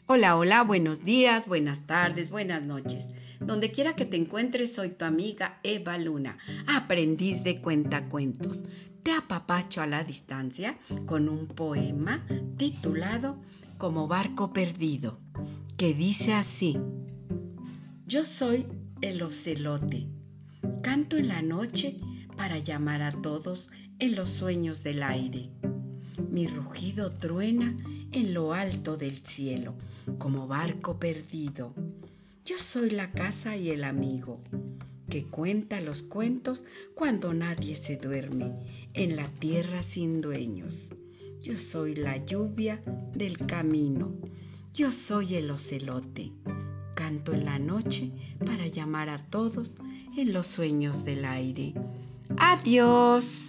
Hola, hola, buenos días, buenas tardes, buenas noches. Donde quiera que te encuentres, soy tu amiga Eva Luna, aprendiz de cuentacuentos. Te apapacho a la distancia con un poema titulado Como barco perdido, que dice así: Yo soy el ocelote, canto en la noche para llamar a todos en los sueños del aire. Mi rugido truena en lo alto del cielo, como barco perdido. Yo soy la casa y el amigo, que cuenta los cuentos cuando nadie se duerme, en la tierra sin dueños. Yo soy la lluvia del camino. Yo soy el ocelote. Canto en la noche para llamar a todos en los sueños del aire. ¡Adiós!